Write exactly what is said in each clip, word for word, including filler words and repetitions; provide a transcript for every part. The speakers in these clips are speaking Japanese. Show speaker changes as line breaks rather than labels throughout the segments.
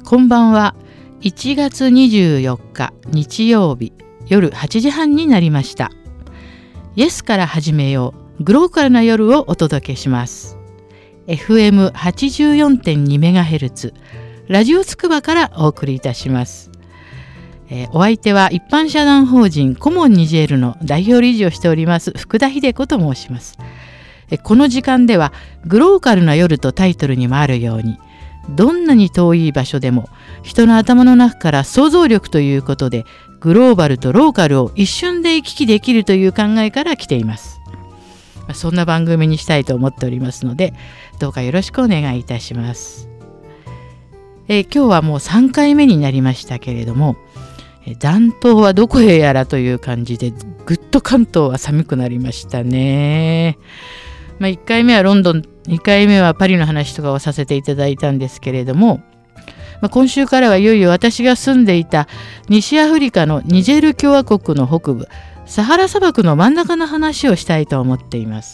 こんばんは。いちがつにじゅうよっか日曜日夜はちじはんになりました。イエスから始めようグローカルな夜をお届けします。 エフエムはちじゅうよんてんにメガヘルツ ラジオつくばからお送りいたします。えー、お相手は一般社団法人コモンニジェールの代表理事をしております福田秀子と申します。えー、この時間ではグローカルな夜とタイトルにもあるように、どんなに遠い場所でも人の頭の中から想像力ということでグローバルとローカルを一瞬で行き来できるという考えから来ています。そんな番組にしたいと思っておりますので、どうかよろしくお願いいたします。えー、今日はもうさんかいめになりましたけれども、暖冬はどこへやらという感じでぐっと関東は寒くなりましたね。まあ、いっかいめはロンドン、にかいめはパリの話とかをさせていただいたんですけれども、まあ、今週からはいよいよ私が住んでいた西アフリカのニジェール共和国の北部サハラ砂漠の真ん中の話をしたいと思っています。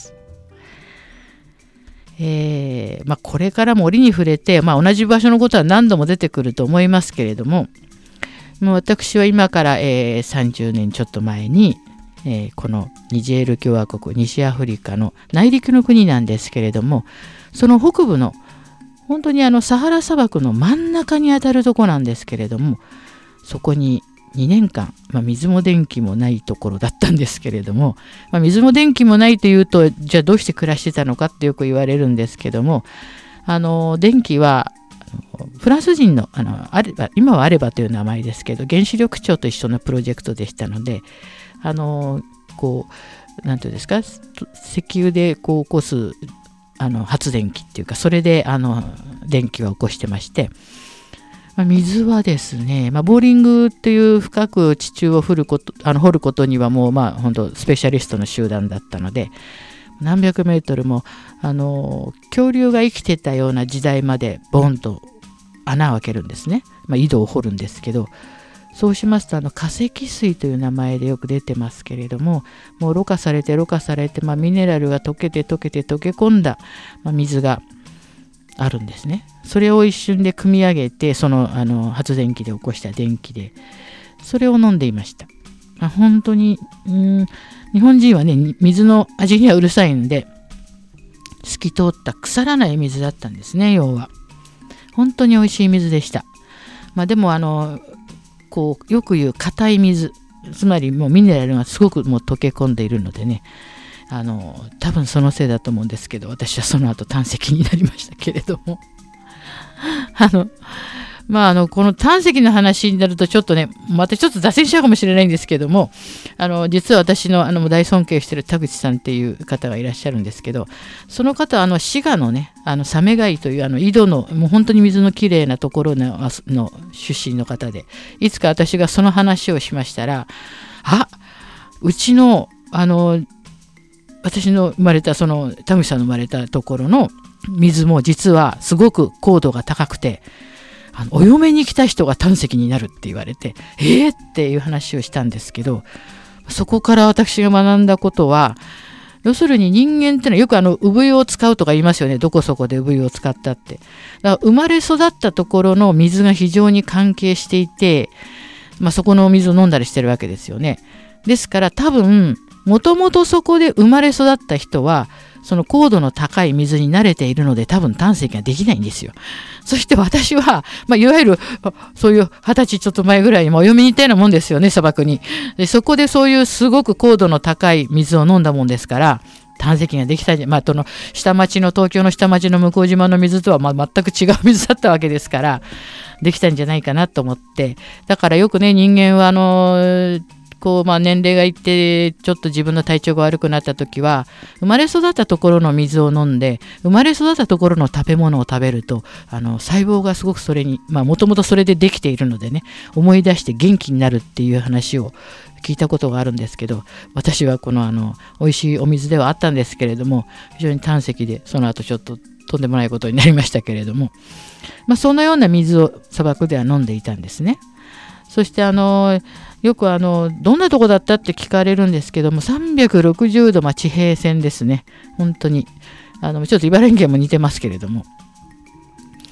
えーまあ、これからも折に触れて、まあ、同じ場所のことは何度も出てくると思いますけれども、もう私は今から、えー、さんじゅうねんちょっと前に、えー、このニジェール共和国西アフリカの内陸の国なんですけれども、その北部の本当にあのサハラ砂漠の真ん中にあたるとこなんですけれども、そこににねんかん、まあ、水も電気もないところだったんですけれども、まあ、水も電気もないというと、じゃあどうして暮らしてたのかってよく言われるんですけども、あの電気はフランス人の、あのあれば今はあればという名前ですけど、原子力庁と一緒のプロジェクトでしたので、あのこうなんていうんですか、石油でこう起こすあの発電機っていうか、それであの電気を起こしてまして、まあ、水はですね、まあ、ボーリングっていう深く地中を掘ることあの掘ることにはもうまあ本当スペシャリストの集団だったので、何百メートルもあの恐竜が生きてたような時代までボンと穴を開けるんですね。まあ、井戸を掘るんですけど、そうしますとあの化石水という名前でよく出てますけれども、もうろ過されてろ過されて、まあ、ミネラルが溶けて溶けて溶け込んだ、まあ、水があるんですね。それを一瞬で汲み上げて、その、あの発電機で起こした電気でそれを飲んでいました。まあ、本当にうん日本人はね、水の味にはうるさいんで、透き通った腐らない水だったんですね。要は本当に美味しい水でした。まあ、でもあのこうよく言う硬い水、つまりもうミネラルがすごくもう溶け込んでいるのでね、あの多分そのせいだと思うんですけど、私はその後胆石になりましたけれどもあのまああのこの胆石の話になるとちょっとね、またちょっと脱線しちゃうかもしれないんですけども、あの実は私のあの大尊敬している田口さんっていう方がいらっしゃるんですけど、その方はあの滋賀のね、あのサメ貝というあの井戸のもう本当に水のきれいなところ の, の出身の方で、いつか私がその話をしましたら、あうちのあの私の生まれたその田口さんの生まれたところの水も実はすごく高度が高くて、あのお嫁に来た人が胆石になるって言われて、えーっていう話をしたんですけど、そこから私が学んだことは、要するに人間ってのはよくあの産湯を使うとか言いますよね。どこそこで産湯を使ったって。だから生まれ育ったところの水が非常に関係していて、まあ、そこのお水を飲んだりしてるわけですよね。ですから多分もともとそこで生まれ育った人はその高度の高い水に慣れているので、多分胆石ができないんですよ。そして私は、まあ、いわゆるそういう二十歳ちょっと前ぐらいにもお嫁に行ったようなもんですよね、砂漠に。でそこでそういうすごく高度の高い水を飲んだもんですから、胆石ができたじゃ、まあ、その下町の東京の下町の向島の水とはまあ全く違う水だったわけですから、できたんじゃないかなと思って、だからよくね、人間はあのこうまあ年齢がいってちょっと自分の体調が悪くなった時は、生まれ育ったところの水を飲んで、生まれ育ったところの食べ物を食べると、あの細胞がすごくそれにまあもともとそれでできているのでね、思い出して元気になるっていう話を聞いたことがあるんですけど、私はこのあの美味しいお水ではあったんですけれども、非常に胆石でその後ちょっととんでもないことになりましたけれども、まあ、そのような水を砂漠では飲んでいたんですね。そしてあのよくあのどんなとこだったって聞かれるんですけども、さんびゃくろくじゅうど、まあ、地平線ですね。本当にあのちょっと茨城県も似てますけれども、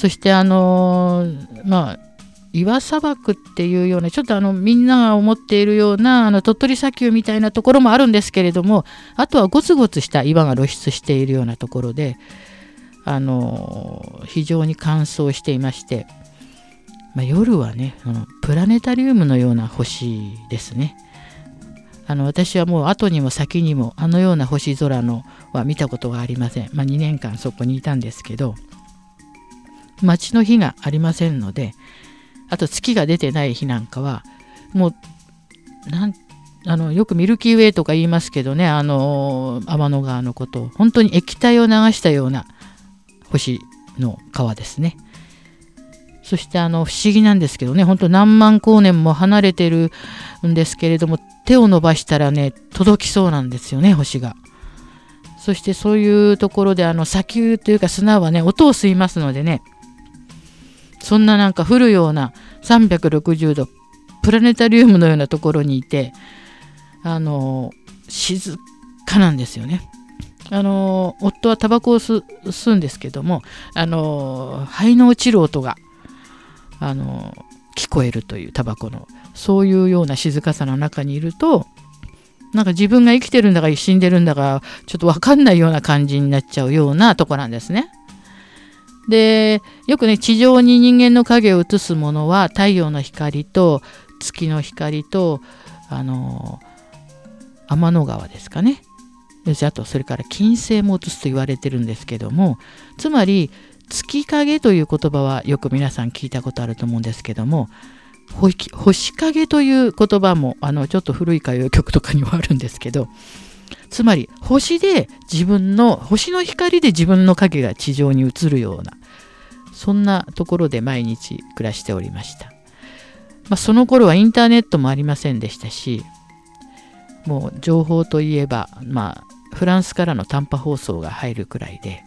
そしてあのまあ岩砂漠っていうようなちょっとあのみんなが思っているようなあの鳥取砂丘みたいなところもあるんですけれども、あとはゴツゴツした岩が露出しているようなところで、あの非常に乾燥していまして、まあ、夜はねあのプラネタリウムのような星ですね。あの私はもう後にも先にもあのような星空のは見たことがありません。まあ、にねんかんそこにいたんですけど、街の日がありませんので、あと月が出てない日なんかはもうなんあのよくミルキーウェイとか言いますけどね、あの天の川のことを本当に液体を流したような星の川ですね。そしてあの不思議なんですけどね、本当何万光年も離れてるんですけれども、手を伸ばしたらね届きそうなんですよね、星が。そしてそういうところであの砂丘というか砂はね音を吸いますのでね、そんななんか降るようなさんびゃくろくじゅうどプラネタリウムのようなところにいて、あの静かなんですよね。あの夫はタバコを吸うんですけども、あの肺の落ちる音があの聞こえるという、タバコのそういうような静かさの中にいると、なんか自分が生きてるんだか死んでるんだかちょっと分かんないような感じになっちゃうようなとこなんですね。でよくね地上に人間の影を映すものは太陽の光と月の光とあの天の川ですかね、あとそれから金星も映すと言われてるんですけども、つまり月影という言葉はよく皆さん聞いたことあると思うんですけども、星影という言葉もあのちょっと古い歌謡曲とかにはあるんですけど、つまり星で自分の星の光で自分の影が地上に映るような、そんなところで毎日暮らしておりました。まあ、その頃はインターネットもありませんでしたし、もう情報といえば、まあ、フランスからの短波放送が入るくらいで、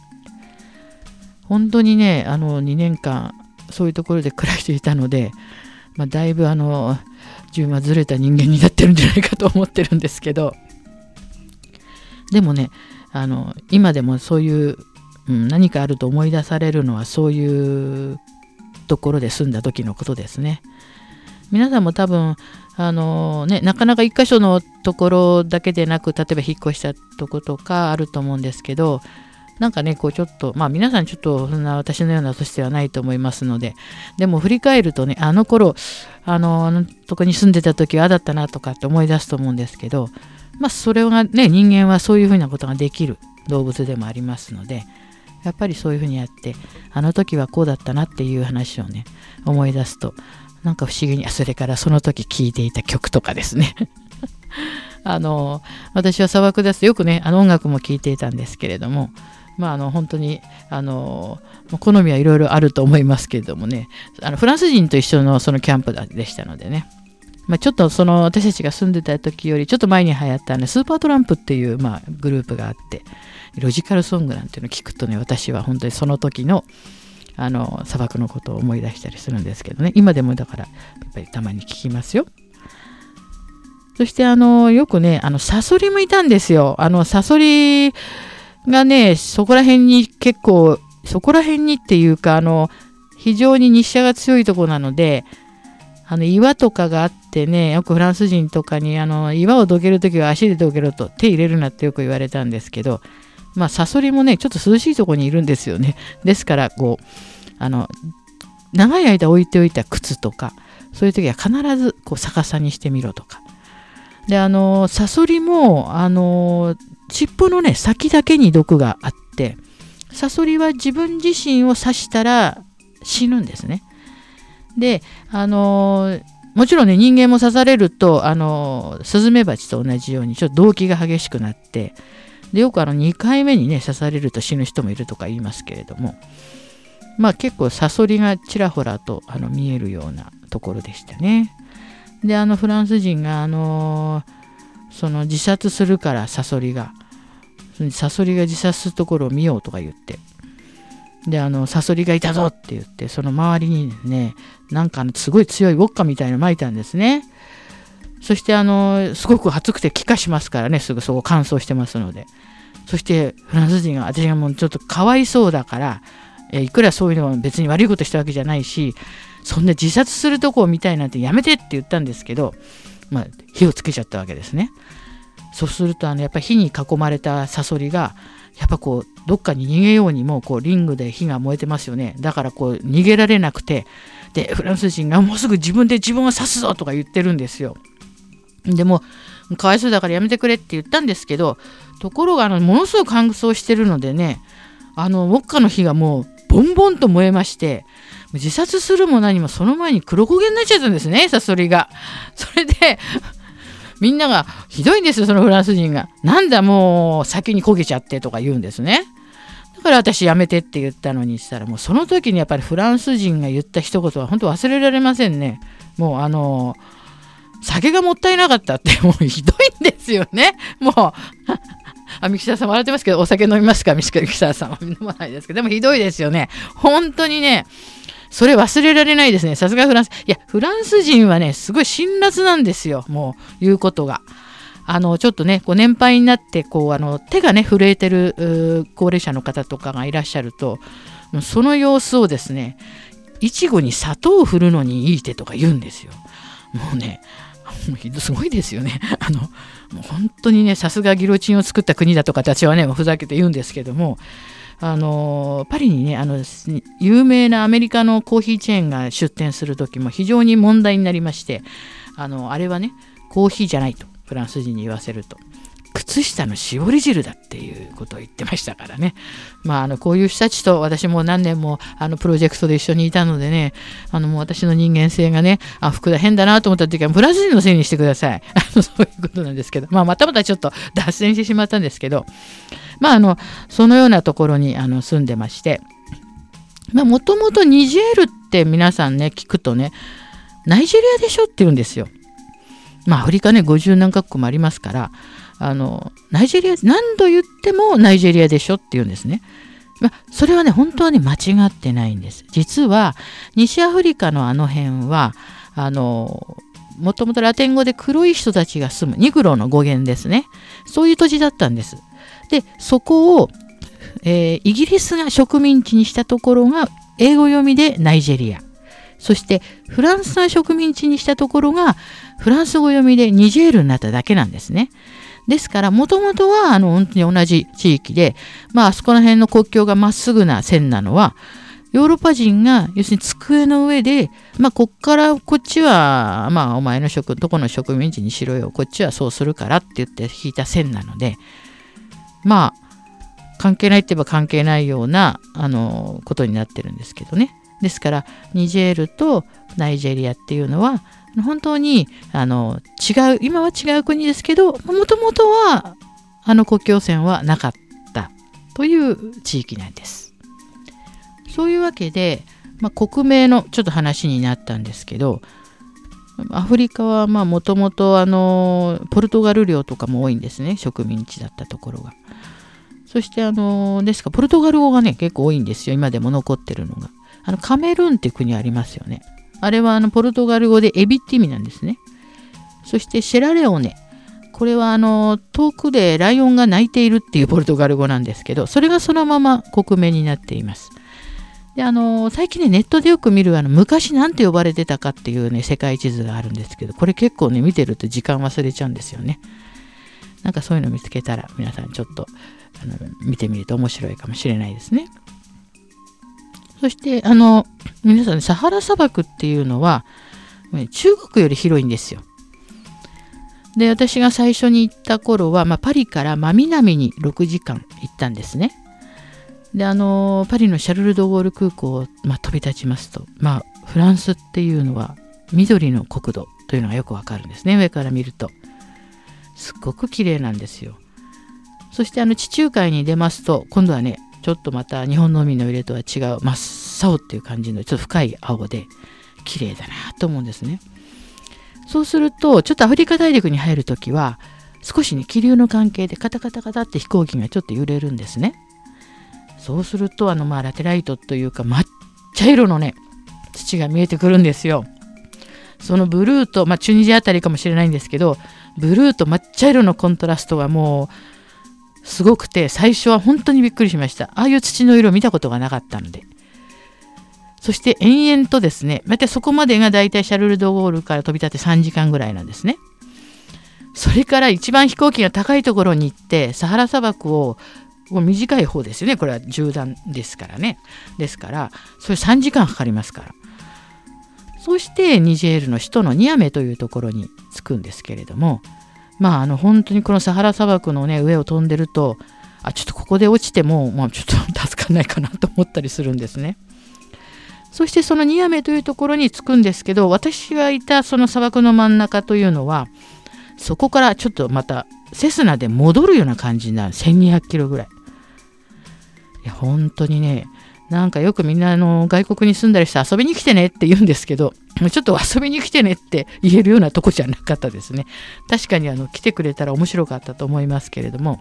本当にねあのにねんかんそういうところで暮らしていたので、まあ、だいぶあの自分はずれた人間になってるんじゃないかと思ってるんですけど、でもねあの今でもそういう、うん、何かあると思い出されるのはそういうところで住んだ時のことですね。皆さんも多分あの、ね、なかなか一箇所のところだけでなく、例えば引っ越したとことかあると思うんですけど、なんかねこうちょっとまあ皆さんちょっとそんな私のような年ではないと思いますので、でも振り返るとね、あの頃あのあのとこに住んでた時はああだったなとかって思い出すと思うんですけど、まあそれがね人間はそういうふうなことができる動物でもありますので、やっぱりそういうふうにやってあの時はこうだったなっていう話をね思い出すと、なんか不思議に、それからその時聴いていた曲とかですねあの私は砂漠ですとよくねあの音楽も聴いていたんですけれども、まああの本当にあの好みはいろいろあると思いますけれどもね、あのフランス人と一緒のそのキャンプでしたのでね、まあ、ちょっとその私たちが住んでた時よりちょっと前に流行ったねスーパートランプっていう、まあ、グループがあって、ロジカルソングなんていうのを聞くとね、私は本当にその時のあの砂漠のことを思い出したりするんですけどね、今でもだからやっぱりたまに聞きますよ。そしてあのよくねあのサソリもいたんですよ。あのサソリがねそこら辺に結構そこら辺にっていうかあの非常に日射が強いところなので、あの岩とかがあってね、よくフランス人とかにあの岩をどけるときは足でどけろと手入れるなってよく言われたんですけど、まあサソリもねちょっと涼しいところにいるんですよね。ですからこうあの長い間置いておいた靴とかそういう時は必ずこう逆さにしてみろとかで、あのサソリもあの尻尾のね先だけに毒があって、サソリは自分自身を刺したら死ぬんですね。であのもちろんね人間も刺されるとあのスズメバチと同じようにちょっと動悸が激しくなって、でよくあのにかいめにね刺されると死ぬ人もいるとか言いますけれども、まあ結構サソリがちらほらとあの見えるようなところでしたね。であのフランス人があのその自殺するからサソリがサソリが自殺するところを見ようとか言って、であのサソリがいたぞって言ってその周りにねなんかすごい強いウォッカみたいなの撒いたんですね。そしてあのすごく暑くて気化しますからね、すぐそこ乾燥してますので、そしてフランス人が私がもうちょっとかわいそうだからえいくらそういうのは別に悪いことしたわけじゃないし、そんな自殺するとこを見たいなんてやめてって言ったんですけど、まあ、火をつけちゃったわけですね。そうするとあのやっぱり火に囲まれたサソリがやっぱこうどっかに逃げようにもこうリングで火が燃えてますよね。だからこう逃げられなくて、でフランス人がもうすぐ自分で自分を刺すぞとか言ってるんですよ。でもかわいそうだからやめてくれって言ったんですけど、ところがあのものすごく乾燥してるのでね、あのウォッカの火がもうボンボンと燃えまして、自殺するも何もその前に黒焦げになっちゃったんですね、サソリが。それでみんながひどいんですよ、そのフランス人が。なんだもう先に焦げちゃってとか言うんですね。だから私やめてって言ったのにしたら、もうその時にやっぱりフランス人が言った一言は本当忘れられませんね。もうあの酒がもったいなかったってもうひどいんですよね。もうあ、三木沢さん笑ってますけど、お酒飲みますか？三木沢さんは飲まないですけど、でもひどいですよね。本当にね、それ忘れられないですね。さすがフランス。いや、フランス人はね、すごい辛辣なんですよ。もう言うことが。あのちょっとね、こう年配になってこうあの手がね震えてる高齢者の方とかがいらっしゃると、その様子をですね、いちごに砂糖を振るのにいい手とか言うんですよ。もうね、すごいですよね。あのもう本当にね、さすがギロチンを作った国だとか私はねふざけて言うんですけども、あのパリにね、あの有名なアメリカのコーヒーチェーンが出店する時も非常に問題になりまして、あのあれはねコーヒーじゃないとフランス人に言わせると、靴下のしおり汁だっていうことを言ってましたからね。まあ、あのこういう人たちと私も何年もあのプロジェクトで一緒にいたのでね、あのもう私の人間性がね、あ、福田変だなと思った時はフランス人のせいにしてください。あのそういうことなんですけど、まあ、またまたちょっと脱線してしまったんですけど、まあ、あのそのようなところにあの住んでまして、もともとニジェールって皆さんね聞くとね、ナイジェリアでしょって言うんですよ。まあ、アフリカねごじゅう何カ国もありますから、あのナイジェリア何度言ってもナイジェリアでしょって言うんですね。まあ、それはね本当はね間違ってないんです。実は西アフリカのあの辺はあのもともとラテン語で黒い人たちが住むニグロの語源ですね。そういう土地だったんです。でそこを、えー、イギリスが植民地にしたところが英語読みでナイジェリア、そしてフランスが植民地にしたところがフランス語読みでニジェールになっただけなんですね。ですからもともとはあの本当に同じ地域で、まあ、あそこら辺の国境がまっすぐな線なのはヨーロッパ人が要するに机の上で、まあ、こっからこっちは、まあ、お前の職どこの植民地にしろよ、こっちはそうするからって言って引いた線なので、まあ関係ないって言えば関係ないようなあのことになってるんですけどね。ですからニジェールとナイジェリアっていうのは本当にあの違う、今は違う国ですけど、もともとはあの国境線はなかったという地域なんです。そういうわけで、まあ、国名のちょっと話になったんですけど、アフリカはもともとポルトガル領とかも多いんですね、植民地だったところが。そしてあのですからポルトガル語がね結構多いんですよ、今でも残ってるのが。あのカメルーンっていう国ありますよね。あれはあのポルトガル語でエビって意味なんですね。そしてシェラレオネ、これはあの遠くでライオンが鳴いているっていうポルトガル語なんですけど、それがそのまま国名になっています。であの最近ねネットでよく見るあの昔なんて呼ばれてたかっていうね世界地図があるんですけど、これ結構ね見てると時間忘れちゃうんですよね。なんかそういうの見つけたら皆さんちょっとあの見てみると面白いかもしれないですね。そしてあの皆さん、ね、サハラ砂漠っていうのは中国より広いんですよ。で私が最初に行った頃は、まあ、パリから真南にろくじかん行ったんですね。であのパリのシャルル・ド・ゴール空港を、まあ、飛び立ちますと、まあ、フランスっていうのは緑の国土というのがよくわかるんですね。上から見るとすっごく綺麗なんですよ。そしてあの地中海に出ますと今度はねちょっとまた日本の海の色とは違う真っ青っていう感じのちょっと深い青で綺麗だなと思うんですね。そうするとちょっとアフリカ大陸に入るときは少しね気流の関係でカタカタカタって飛行機がちょっと揺れるんですね。そうするとあのまあラテライトというか抹茶色のね土が見えてくるんですよ。そのブルーと、まあ、チュニジアあたりかもしれないんですけど、ブルーと抹茶色のコントラストがもうすごくて、最初は本当にびっくりしました。ああいう土の色を見たことがなかったので。 そして延々とですね、大体そこまでが大体シャルル・ド・ゴールから飛び立ってさんじかんぐらいなんですね。それから一番飛行機が高いところに行ってサハラ砂漠を短い方ですよね。これは縦断ですからね。ですからそれさんじかんかかりますから。そしてニジェールの首都のニアメというところに着くんですけれども、まああの本当にこのサハラ砂漠のね上を飛んでると、あちょっとここで落ちても、まあ、ちょっと助かんないかなと思ったりするんですね。そしてそのニアメというところに着くんですけど、私がいたその砂漠の真ん中というのはそこからちょっとまたセスナで戻るような感じになる。せんにひゃくキロぐらい。いや本当にね、なんかよくみんなあの外国に住んだりして遊びに来てねって言うんですけど、ちょっと遊びに来てねって言えるようなとこじゃなかったですね。確かにあの来てくれたら面白かったと思いますけれども、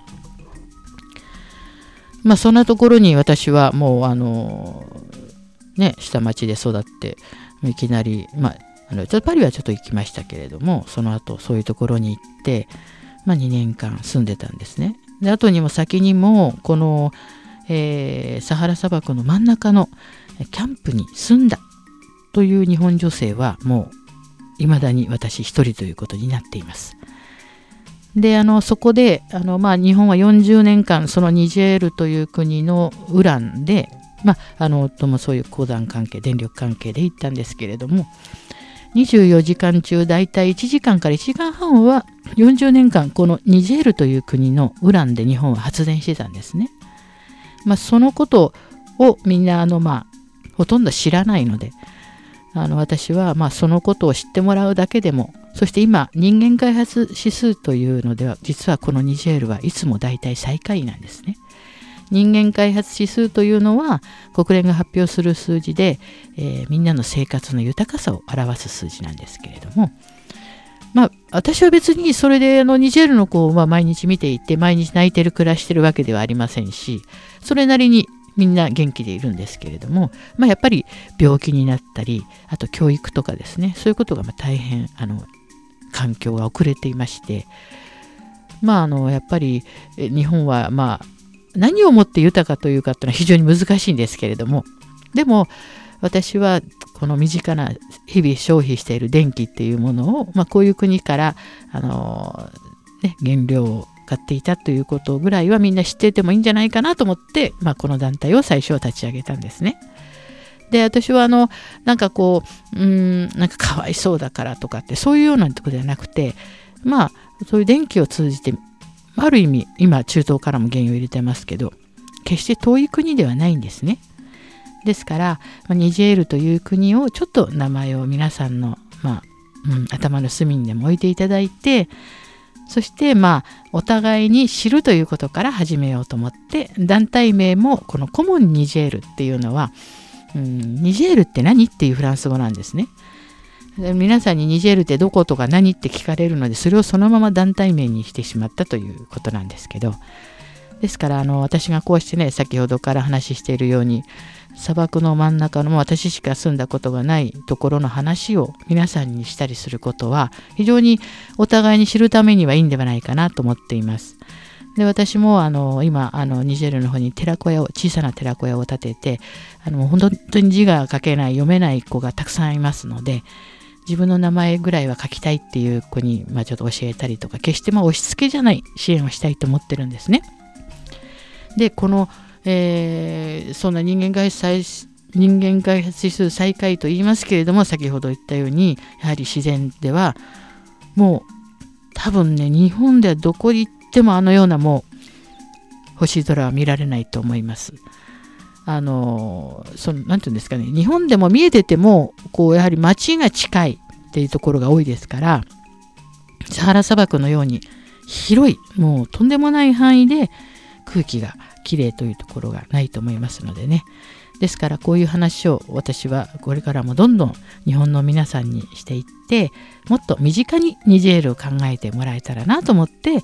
まあそんなところに私はもうあのね下町で育って、いきなりまああのパリはちょっと行きましたけれども、その後そういうところに行って、まあ、にねんかん住んでたんですね。で後にも先にもこの、えー、サハラ砂漠の真ん中のキャンプに住んだという日本女性はもういまだに私一人ということになっています。であのそこであの、まあ、日本はよんじゅうねんかんそのニジェールという国のウランで、まあ、あのともそういう鉱山関係電力関係で行ったんですけれども、にじゅうよじかん中だいたいいちじかんからいちじかんはんはよんじゅうねんかんこのニジェールという国のウランで日本は発電してたんですね。まあ、そのことをみんなあの、まあ、ほとんど知らないので、あの私はまあそのことを知ってもらうだけでも、そして今人間開発指数というのでは実はこのニジェールはいつもだいたい最下位なんですね。人間開発指数というのは国連が発表する数字で、えー、みんなの生活の豊かさを表す数字なんですけれども、まあ私は別にそれであのニジェールの子をまあ毎日見ていて毎日泣いてる暮らしてるわけではありませんし、それなりにみんな元気でいるんですけれども、まあ、やっぱり病気になったり、あと教育とかですね、そういうことがまあ大変あの環境が遅れていまして、まああのやっぱり日本はまあ何をもって豊かというかというのは非常に難しいんですけれども、でも私はこの身近な日々消費している電気っていうものを、まあ、こういう国からあの、ね、原料を買っていたということぐらいはみんな知っていてもいいんじゃないかなと思って、まあ、この団体を最初は立ち上げたんですね。で私はあのなんかこううーんなんかかわいそうだからとかってそういうようなところではなくて、まあそういう電気を通じてある意味今中東からも原油を入れてますけど、決して遠い国ではないんですね。ですからニジェールという国をちょっと名前を皆さんの、まあうん、頭の隅にでも置いていただいて、そしてまあお互いに知るということから始めようと思って、団体名もこのコモンニジェールっていうのは、うん、ニジェールって何っていうフランス語なんですね。で皆さんにニジェールってどことか何って聞かれるので、それをそのまま団体名にしてしまったということなんですけど、ですからあの私がこうしてね先ほどから話しているように砂漠の真ん中の私しか住んだことがないところの話を皆さんにしたりすることは非常にお互いに知るためにはいいんではないかなと思っています。で私もあの今あのニジェールの方に寺子屋を小さな寺子屋を建てて、あの本当に字が書けない読めない子がたくさんいますので、自分の名前ぐらいは書きたいっていう子に、まあ、ちょっと教えたりとか、決してまあ押し付けじゃない支援をしたいと思ってるんですね。でこの、えー、そんな人間開発人間開発指数最下位と言いますけれども、先ほど言ったようにやはり自然ではもう多分ね日本ではどこに行ってもあのようなもう星空は見られないと思います。あのそのなんていうんですかね、日本でも見えててもこうやはり街が近いっていうところが多いですから、サハラ砂漠のように広いもうとんでもない範囲で空気がきれいというところがないと思いますのでね。ですからこういう話を私はこれからもどんどん日本の皆さんにしていって、もっと身近にニジェールを考えてもらえたらなと思って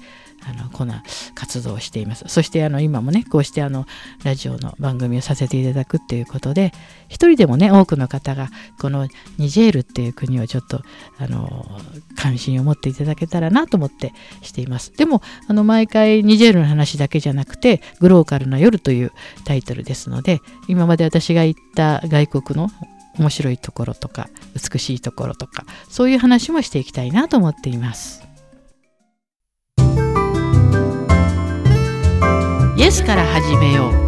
あのこんな活動をしています。そしてあの今もねこうしてあのラジオの番組をさせていただくっていうことで、一人でもね多くの方がこのニジェールっていう国をちょっとあの関心を持っていただけたらなと思ってしています。でもあの毎回ニジェールの話だけじゃなくて、グローカルな夜というタイトルですので、今まで私が行った外国の面白いところとか美しいところとか、そういう話もしていきたいなと思っています。イエスから始めよう。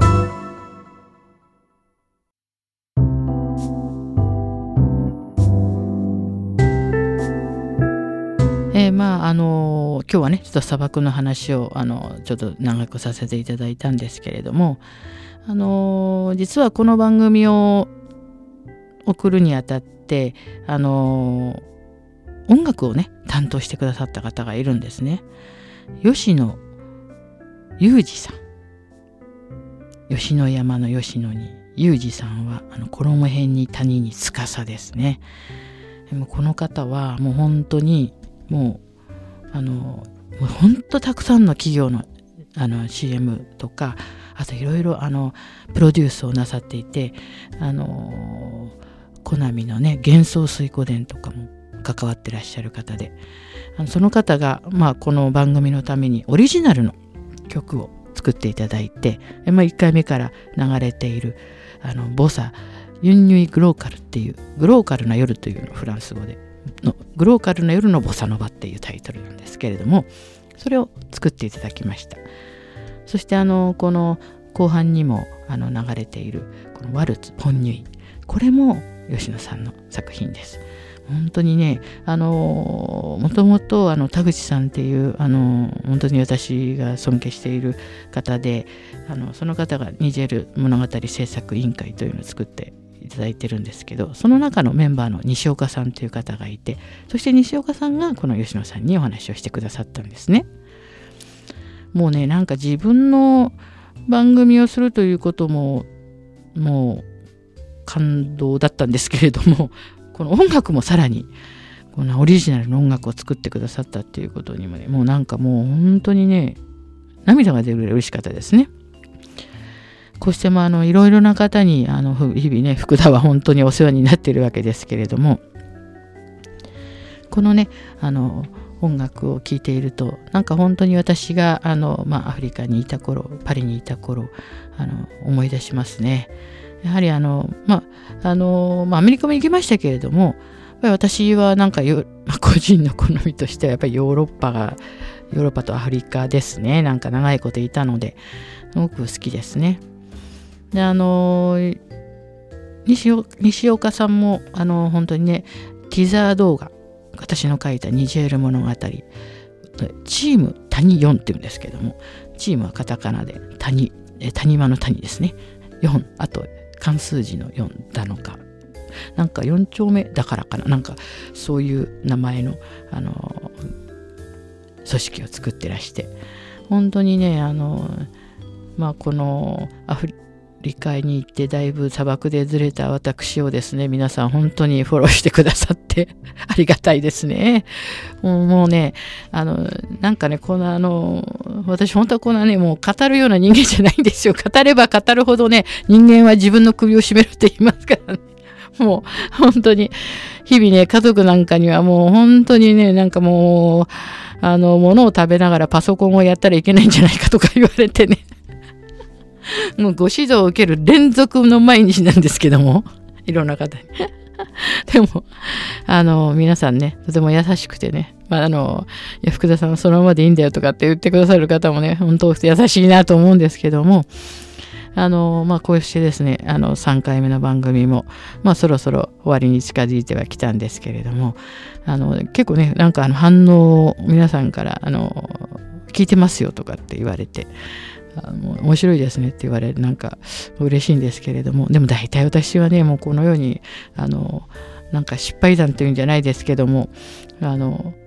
えー、まああの今日はねちょっと砂漠の話をあのちょっと長くさせていただいたんですけれども、あの実はこの番組を送るにあたってあの音楽をね担当してくださった方がいるんですね。吉野裕二さん、吉野山の吉野に裕二さんはあの衣辺に谷に司ですね。でもこの方はもう本当にもうあのもう本当たくさんの企業のあの シーエム とか、あといろいろあのプロデュースをなさっていて、あのコナミのね幻想水湖伝とかも関わってらっしゃる方で、あのその方が、まあ、この番組のためにオリジナルの曲を作っていただいて、まあ、いっかいめから流れているあのボサユンニュイグローカルっていう、グローカルな夜というのフランス語でのグローカルな夜のボサノバっていうタイトルなんですけれども、それを作っていただきました。そしてあのこの後半にもあの流れているこのワルツポンニュイ、これも吉野さんの作品です。本当にね、あのもともとあの田口さんっていうあの本当に私が尊敬している方で、あのその方がニジェール物語制作委員会というのを作っていただいてるんですけど、その中のメンバーの西岡さんという方がいて、そして西岡さんがこの吉野さんにお話をしてくださったんですね。もうね、なんか自分の番組をするということももう感動だったんですけれども、この音楽もさらにこのオリジナルの音楽を作ってくださったっていうことにもね、もうなんかもう本当にね涙が出るぐらい嬉しかったですね。こうしてもあのいろいろな方にあの日々ね福田は本当にお世話になっているわけですけれども、このねあの音楽を聴いていると、なんか本当に私があの、まあ、アフリカにいた頃、パリにいた頃あの思い出しますね。やはりあのまああの、まあ、アメリカも行きましたけれども、やっぱり私はなんかよ、まあ、個人の好みとしてはやっぱりヨーロッパがヨーロッパとアフリカですね。なんか長いこといたのですごく好きですね。であの 西, 西岡さんもあの本当にねティザー動画、私の書いたニジェール物語チーム谷よんっていうんですけども、チームはカタカナで谷、谷間の谷ですね。よん、あと漢数字のよんなのか、なんかよん丁目だからかな、なんかそういう名前のあの組織を作ってらして、本当にねあのまあこのアフリカに行ってだいぶ砂漠でずれた私をですね、皆さん本当にフォローしてくださってありがたいですね。もう、もうねあのなんかねこのあの私本当はこんなねもう語るような人間じゃないんですよ。語れば語るほどね人間は自分の首を絞めるって言いますからね。もう本当に日々ね家族なんかにはもう本当にねなんかもうあの物を食べながらパソコンをやったらいけないんじゃないかとか言われてねもうご指導を受ける連続の毎日なんですけども、いろんな方にでもあの皆さんねとても優しくてね、まあ、あのいや福田さんはそのままでいいんだよとかって言ってくださる方もね本当優しいなと思うんですけども、あのまあこうしてですねあのさんかいめの番組もまあそろそろ終わりに近づいてはきたんですけれども、あの結構ねなんかあの反応を皆さんからあの聞いてますよとかって言われて、あの面白いですねって言われる、なんか嬉しいんですけれども、でも大体私はねもうこのようにあのなんか失敗談というんじゃないですけども、あの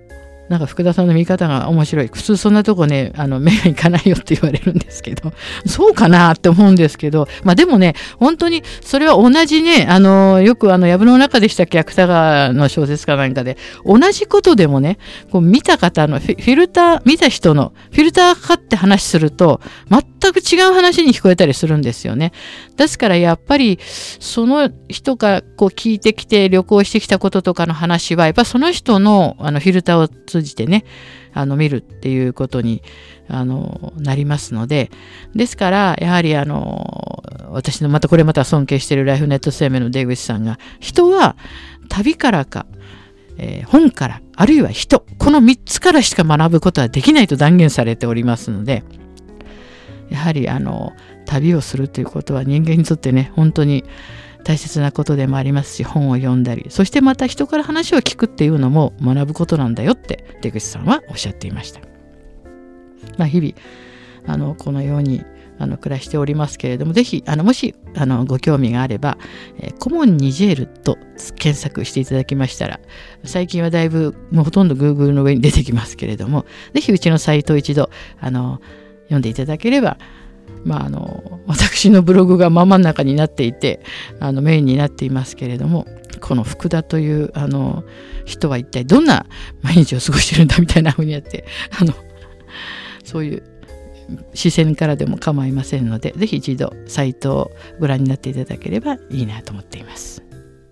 なんか福田さんの見方が面白い。普通そんなとこね、あの目がいかないよって言われるんですけど、そうかなって思うんですけど、まあでもね、本当にそれは同じね、あのよくあの藪の中でしたっけ、芥川の小説かなんかで、同じことでもね、こう見た方のフィ、フィルター、見た人のフィルターかかって話すると、全く違う話に聞こえたりするんですよね。ですからやっぱりその人がこう聞いてきて旅行してきたこととかの話は、やっぱその人のあのフィルターを通じてね、あの見るっていうことにあのなりますので、ですからやはりあの私のまたこれまた尊敬しているライフネット生命の出口さんが、人は旅からか、えー、本からあるいは人、このみっつからしか学ぶことはできないと断言されておりますので、やはりあの旅をするということは人間にとってね、本当に大切なことでもありますし、本を読んだり、そしてまた人から話を聞くっていうのも学ぶことなんだよって出口さんはおっしゃっていました。まあ、日々あのこのようにあの暮らしておりますけれども、ぜひあのもしあのご興味があれば、えー、コモンニジェールと検索していただきましたら、最近はだいぶもうほとんど Google の上に出てきますけれども、ぜひうちのサイトを一度あの読んでいただければ、まあ、あの私のブログが真ん中になっていて、あのメインになっていますけれども、この福田というあの人は一体どんな毎日を過ごしてるんだみたいな風にやって、あのそういう視線からでも構いませんので、ぜひ一度サイトをご覧になっていただければいいなと思っています。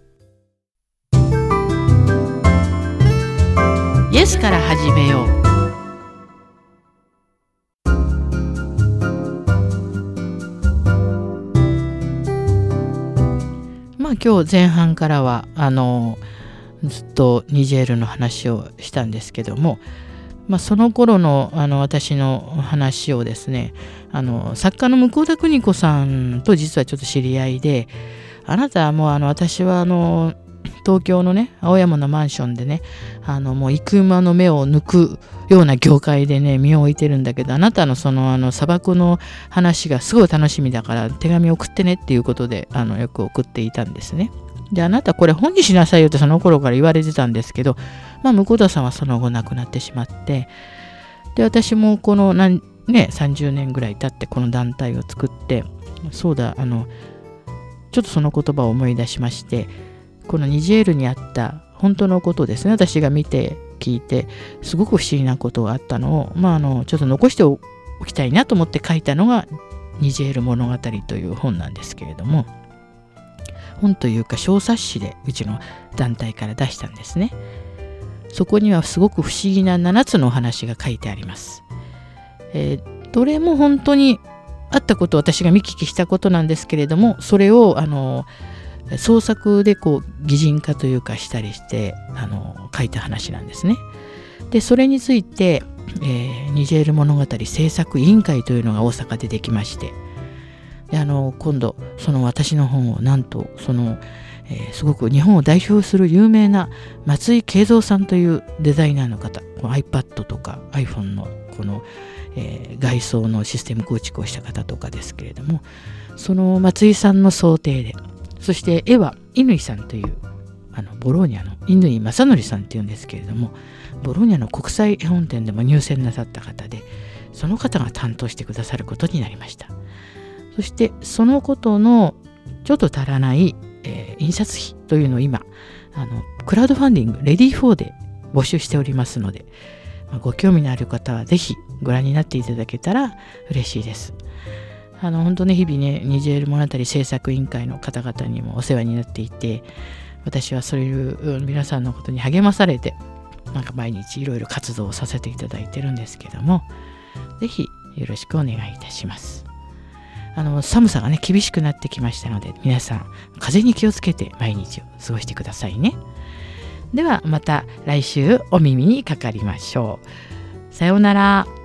イエスから始めよう。まあ今日前半からはあのずっとニジェールの話をしたんですけども、まあ、その頃のあの私の話をですね、あの作家の向田邦子さんと実はちょっと知り合いで、あなたはもうあの私はあの東京のね青山のマンションでね、あのもう幾馬の目を抜くような業界でね身を置いてるんだけど、あなたのそのあの砂漠の話がすごい楽しみだから手紙送ってねっていうことであのよく送っていたんですね。で、あなたこれ本にしなさいよってその頃から言われてたんですけど、まあ向田さんはその後亡くなってしまって、で私もこの何ねさんじゅうねんぐらい経ってこの団体を作って、そうだあのちょっとその言葉を思い出しまして、このニジェールにあった本当のことですね、私が見て聞いてすごく不思議なことがあったのを、まあ、あのちょっと残しておきたいなと思って書いたのがニジェール物語という本なんですけれども、本というか小冊子でうちの団体から出したんですね。そこにはすごく不思議なななつのお話が書いてあります。えー、どれも本当にあったことを私が見聞きしたことなんですけれども、それをあの創作でこう擬人化というかしたりしてあの書いた話なんですね。でそれについて、えー、ニジェール物語制作委員会というのが大阪でできまして、であの今度その私の本をなんとその、えー、すごく日本を代表する有名な松井慶三さんというデザイナーの方、この iPad とか iPhone のこの、えー、外装のシステム構築をした方とかですけれども、その松井さんの想定で、そして絵は乾さんというあのボローニャの乾正則さんっていうんですけれども、ボローニャの国際絵本展でも入選なさった方で、その方が担当してくださることになりました。そしてそのことのちょっと足らない、えー、印刷費というのを今あのクラウドファンディングレディーフォーで募集しておりますので、まあ、ご興味のある方はぜひご覧になっていただけたら嬉しいです。あの本当に日々ねニジェール物語制作委員会の方々にもお世話になっていて、私はそういう皆さんのことに励まされてなんか毎日いろいろ活動をさせていただいてるんですけども、ぜひよろしくお願いいたします。あの寒さがね厳しくなってきましたので、皆さん風邪に気をつけて毎日を過ごしてくださいね。ではまた来週お耳にかかりましょう。さようなら。